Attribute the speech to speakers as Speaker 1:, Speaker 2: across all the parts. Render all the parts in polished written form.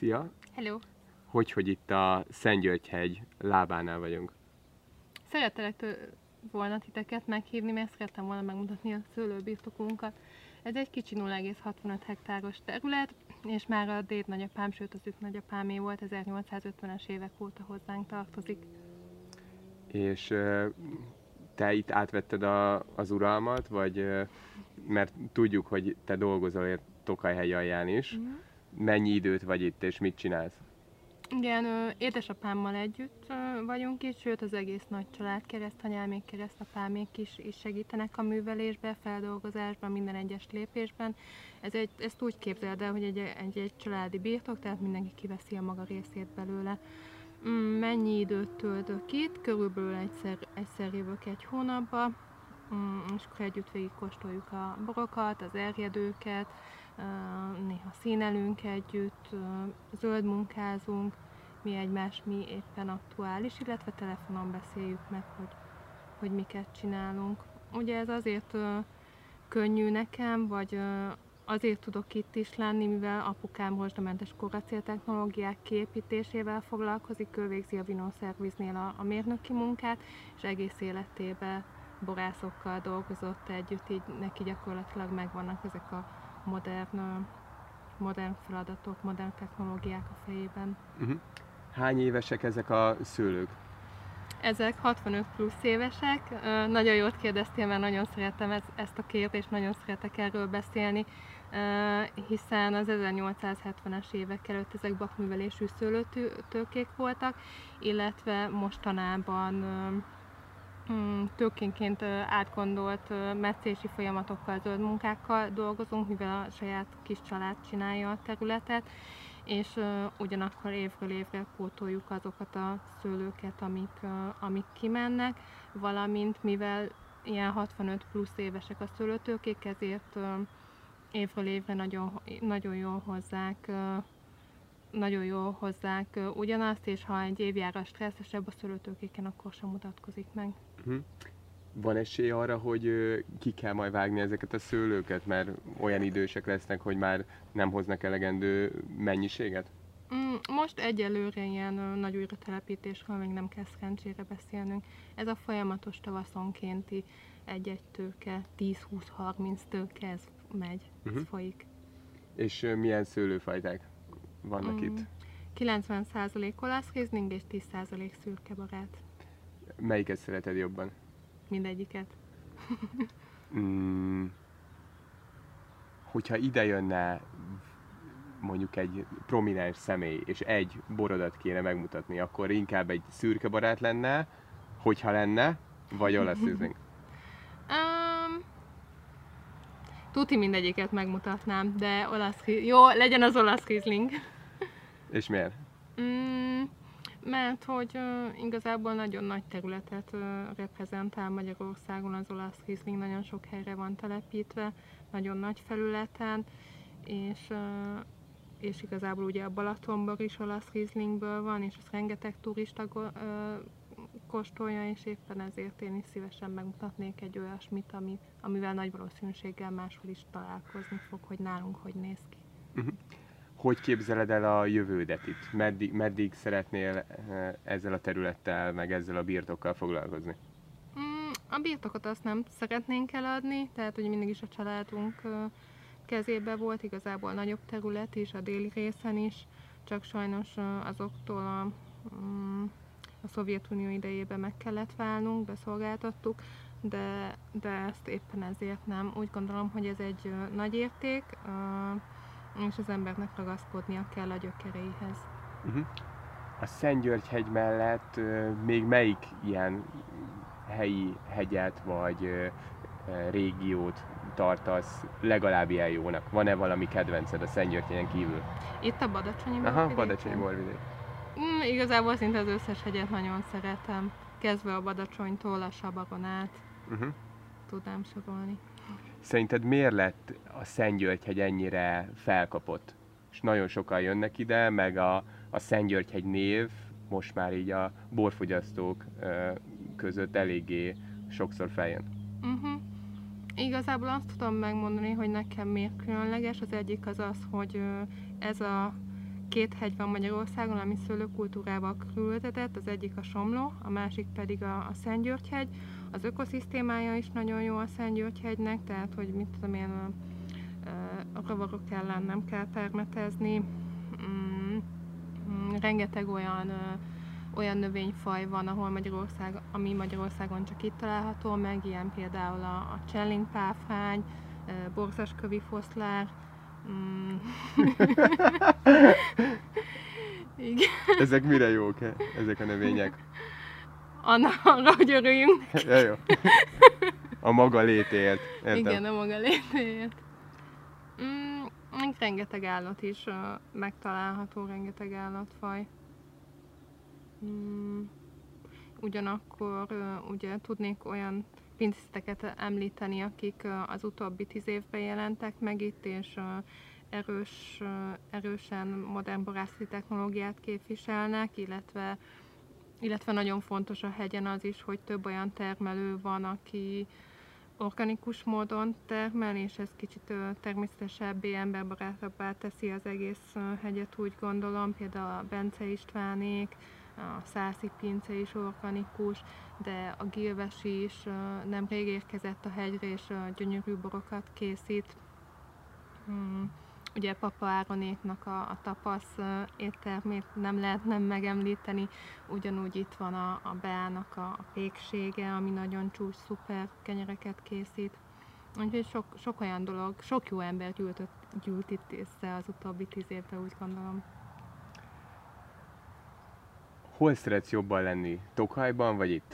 Speaker 1: Szia!
Speaker 2: Hello!
Speaker 1: Hogy itt a Szentgyörgy-hegy lábánál vagyunk.
Speaker 2: Szerettelek volna titeket meghívni, mert szerettem volna megmutatni a szőlőbirtokunkat. Ez egy kicsi 0,65 hektáros terület, és már a déd nagyapám, sőt az nagyapámé volt, 1850-es évek óta hozzánk tartozik.
Speaker 1: És te itt átvetted az uralmat, vagy mert tudjuk, hogy te dolgozol Tokaj-hegy alján is. Mennyi időt vagy itt, és mit csinálsz?
Speaker 2: Igen, édesapámmal együtt vagyunk itt, sőt az egész nagy család, keresztanyámék, keresztapámék is segítenek a művelésbe, feldolgozásban, minden egyes lépésben. Ezt úgy képzeld el, hogy egy családi birtok, tehát mindenki kiveszi a maga részét belőle. Mennyi időt töltök itt? Körülbelül egyszer jövök egy hónapba, és akkor együtt végig kóstoljuk a borokat, az erjedőket, néha színelünk együtt, zöld munkázunk, mi éppen aktuális, illetve telefonon beszéljük meg, hogy miket csinálunk. Ugye ez azért könnyű nekem, vagy azért tudok itt is lenni, mivel apukám rozsdamentes koracéltechnológiák kiépítésével foglalkozik, ő végzi a Vinó Szerviznél a mérnöki munkát, és egész életében borászokkal dolgozott együtt, így neki gyakorlatilag megvannak ezek a modern feladatok, modern technológiák a fejében.
Speaker 1: Hány évesek ezek a szőlők?
Speaker 2: Ezek 65 plusz évesek. Nagyon jót kérdeztél, mert nagyon szeretem ezt a kérdést, nagyon szeretek erről beszélni, hiszen az 1870-es évek előtt ezek bakművelésű szőlőtőkék voltak, illetve mostanában tőkénként átgondolt metszési folyamatokkal, zöld munkákkal dolgozunk, mivel a saját kis család csinálja a területet, és ugyanakkor évről évre pótoljuk azokat a szőlőket, amik kimennek, valamint mivel ilyen 65 plusz évesek a szőlőtőkék, ezért évről évre nagyon jól hozzák ugyanazt, és ha egy évjára stresszesebb a szőlőtőkéken, akkor sem mutatkozik meg.
Speaker 1: Van esély arra, hogy ki kell majd vágni ezeket a szőlőket, mert olyan idősek lesznek, hogy már nem hoznak elegendő mennyiséget?
Speaker 2: Most egyelőre ilyen nagy újratelepítésről még nem kell szerencsére beszélnünk. Ez a folyamatos tavaszonkénti egy-egy tőke, 10-20-30 tőke, ez megy, ez folyik.
Speaker 1: És milyen szőlőfajták vannak itt?
Speaker 2: 90% olasz riesling és 10% szürkebarát.
Speaker 1: Melyiket szereted jobban?
Speaker 2: Mindegyiket.
Speaker 1: Hogyha ide jönne mondjuk egy prominens személy, és egy borodat kéne megmutatni, akkor inkább egy szürkebarát lenne, hogyha lenne, vagy olasz riesling?
Speaker 2: Tuti mindegyiket megmutatnám, de jó, legyen az olasz riesling.
Speaker 1: És miért?
Speaker 2: Mert hogy igazából nagyon nagy területet reprezentál Magyarországon az olasz riesling, nagyon sok helyre van telepítve, nagyon nagy felületen, és igazából ugye a Balatonból is olasz rieslingből van, és azt rengeteg turista kóstolja, és éppen ezért én is szívesen megmutatnék egy olyasmit, amivel nagy valószínűséggel máshol is találkozni fog, hogy nálunk hogy néz ki.
Speaker 1: Hogy képzeled el a jövődet itt? Meddig szeretnél ezzel a területtel, meg ezzel a birtokkal foglalkozni?
Speaker 2: A birtokot azt nem szeretnénk eladni, tehát ugye mindig is a családunk kezébe volt, igazából nagyobb terület is, a déli részen is, csak sajnos azoktól a Szovjetunió idejében meg kellett válnunk, beszolgáltattuk, de ezt éppen ezért nem. Úgy gondolom, hogy ez egy nagy érték, és az embernek ragaszkodnia kell a gyökereihez.
Speaker 1: A Szentgyörgy-hegy mellett még melyik ilyen helyi hegyet vagy régiót tartasz legalább ilyen jónak? Van-e valami kedvenced a Szentgyörgy-hegyen kívül?
Speaker 2: Itt a Badacsonyi borvidéken?
Speaker 1: Badacsonyi borvidék.
Speaker 2: Igazából szinte az összes hegyet nagyon szeretem. Kezdve a Badacsonytól a Sabaron át. Tudnám sorolni.
Speaker 1: Szerinted miért lett a Szentgyörgy-hegy ennyire felkapott? És nagyon sokan jönnek ide, meg a Szentgyörgy-hegy név most már így a borfogyasztók között eléggé sokszor feljön.
Speaker 2: Igazából azt tudom megmondani, hogy nekem miért különleges. Az egyik az az, hogy két hegy van Magyarországon, ami szőlőkultúrával körülötetett, az egyik a Somló, a másik pedig a Szentgyörgy-hegy. Az ökoszisztémája is nagyon jó a Szentgyörgy-hegynek, tehát hogy mit tudom én, a rovarok ellen nem kell permetezni. Rengeteg olyan növényfaj van, ami Magyarországon csak itt található meg, ilyen például a csellingpáfrány, borzaskövi foszlár.
Speaker 1: Igen. Ezek mire jók, ezek a növények?
Speaker 2: Arra, hogy örüljünk.
Speaker 1: Ja, jó. A maga létéért. Értem.
Speaker 2: Igen, a maga létéért. Rengeteg állat is megtalálható, rengeteg állatfaj. Ugyanakkor ugye tudnék olyan pincészteket említeni, akik az utóbbi 10 évben jelentek meg itt, és erősen modern borászati technológiát képviselnek, illetve nagyon fontos a hegyen az is, hogy több olyan termelő van, aki organikus módon termel, és ez kicsit természetesebbé, emberbarátabbá teszi az egész hegyet, úgy gondolom. Például a Bence Istvánék, a Szászi pince is organikus, de a Gilvesi is nemrég érkezett a hegyre, és gyönyörű borokat készít. Ugye Papa Áronéknak a tapasz éttermét nem lehet nem megemlíteni, ugyanúgy itt van a Beának a péksége, ami nagyon csúcs, szuper kenyereket készít. Úgyhogy sok olyan dolog, sok jó ember gyűlt itt össze az utóbbi 10 évben, úgy gondolom.
Speaker 1: Hol szeretsz jobban lenni? Tokajban vagy itt?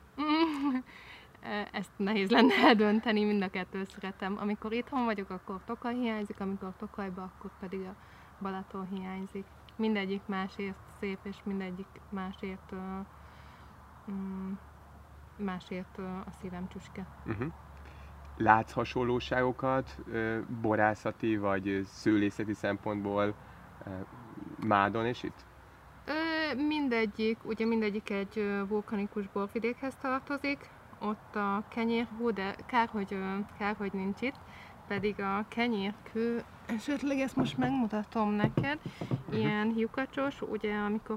Speaker 2: Ezt nehéz lenne eldönteni, mind a kettőt szeretem. Amikor itthon vagyok, akkor Tokaj hiányzik, amikor Tokajban, akkor pedig a Balaton hiányzik. Mindegyik másért szép, és mindegyik másért a szívem csücske.
Speaker 1: Látsz hasonlóságokat borászati vagy szőlészeti szempontból Mádon és itt?
Speaker 2: Mindegyik egy vulkanikus borvidékhez tartozik. Ott a kenyérhó, de kár, hogy nincs itt, pedig a kenyérkő, esetleg ezt most megmutatom neked, ilyen lyukacsos, ugye amikor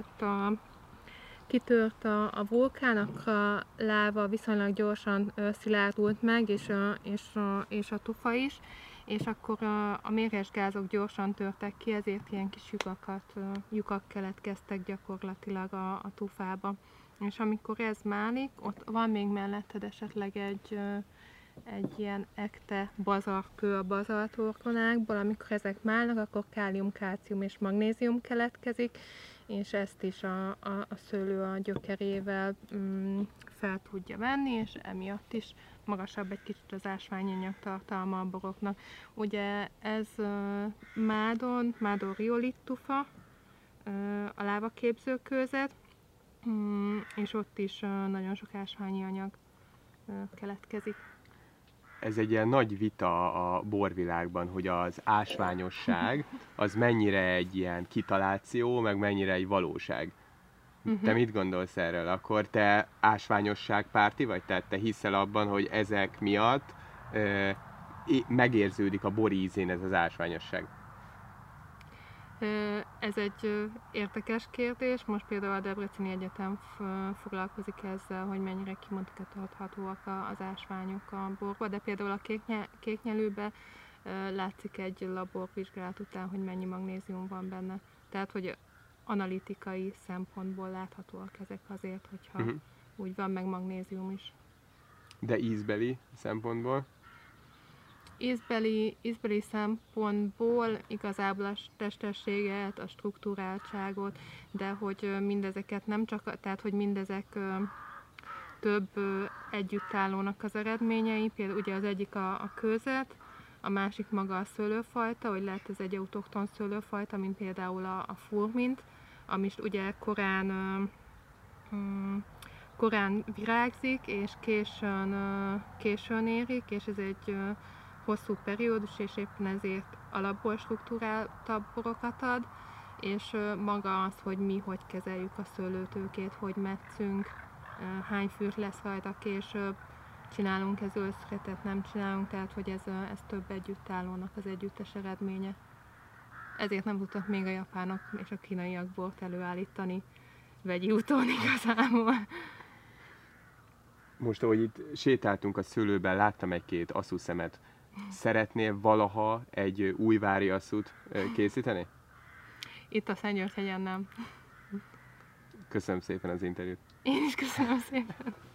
Speaker 2: kitört a vulkán, akkor a láva viszonylag gyorsan szilárdult meg, és a tufa is, és akkor a mérges gázok gyorsan törtek ki, ezért ilyen kis lyukak keletkeztek gyakorlatilag a tufába. És amikor ez málik, ott van még melletted esetleg egy ilyen ekte bazaltkő a bazalttorkonákból, amikor ezek málnak, akkor kálium, kálcium és magnézium keletkezik, és ezt is a szőlő a gyökerével fel tudja venni, és emiatt is magasabb egy kicsit az ásványanyag tartalma a boroknak. Ugye ez Mádon riolit tufa, a lávaképzőkőzet, és ott is nagyon sok ásványi anyag keletkezik.
Speaker 1: Ez egy ilyen nagy vita a borvilágban, hogy az ásványosság az mennyire egy ilyen kitaláció, meg mennyire egy valóság. Te mit gondolsz erről? Akkor te ásványosságpárti vagy? Tehát te hiszel abban, hogy ezek miatt megérződik a bor ízén ez az ásványosság?
Speaker 2: Ez egy érdekes kérdés. Most például a Debreceni Egyetem foglalkozik ezzel, hogy mennyire kimutathatóak az ásványok a borba, de például a kéknyelőbe látszik egy laborvizsgálat után, hogy mennyi magnézium van benne. Tehát, hogy analitikai szempontból láthatóak ezek azért, hogyha úgy van, meg magnézium is.
Speaker 1: De ízbeli szempontból?
Speaker 2: Ízbeli szempontból igazából a testességet, a struktúráltságot, de hogy mindezeket nem csak, tehát hogy mindezek több együttállónak az eredményei, például ugye az egyik a kőzet, a másik maga a szőlőfajta, hogy lehet ez egy autokton szőlőfajta, mint például a furmint, ami ugye korán virágzik, és későn érik, és ez egy hosszú periódus, és éppen ezért alapból struktúráltabb borokat ad, és maga az, hogy mi hogy kezeljük a szőlőtőkét, hogy metszünk, hány fürt lesz rajta később, csinálunk zöldszüretet, nem csinálunk, tehát hogy ez több együttállónak az együttes eredménye. ezért nem tudtak még a japánok és a kínaiak bort előállítani vegyi úton igazából.
Speaker 1: Most, ahogy itt sétáltunk a szőlőben, láttam egy-két asszuszemet. Szeretnél valaha egy újvári asszút készíteni?
Speaker 2: Itt a Szentgyörgyhegyen nem.
Speaker 1: Köszönöm szépen az interjút.
Speaker 2: Én is köszönöm szépen.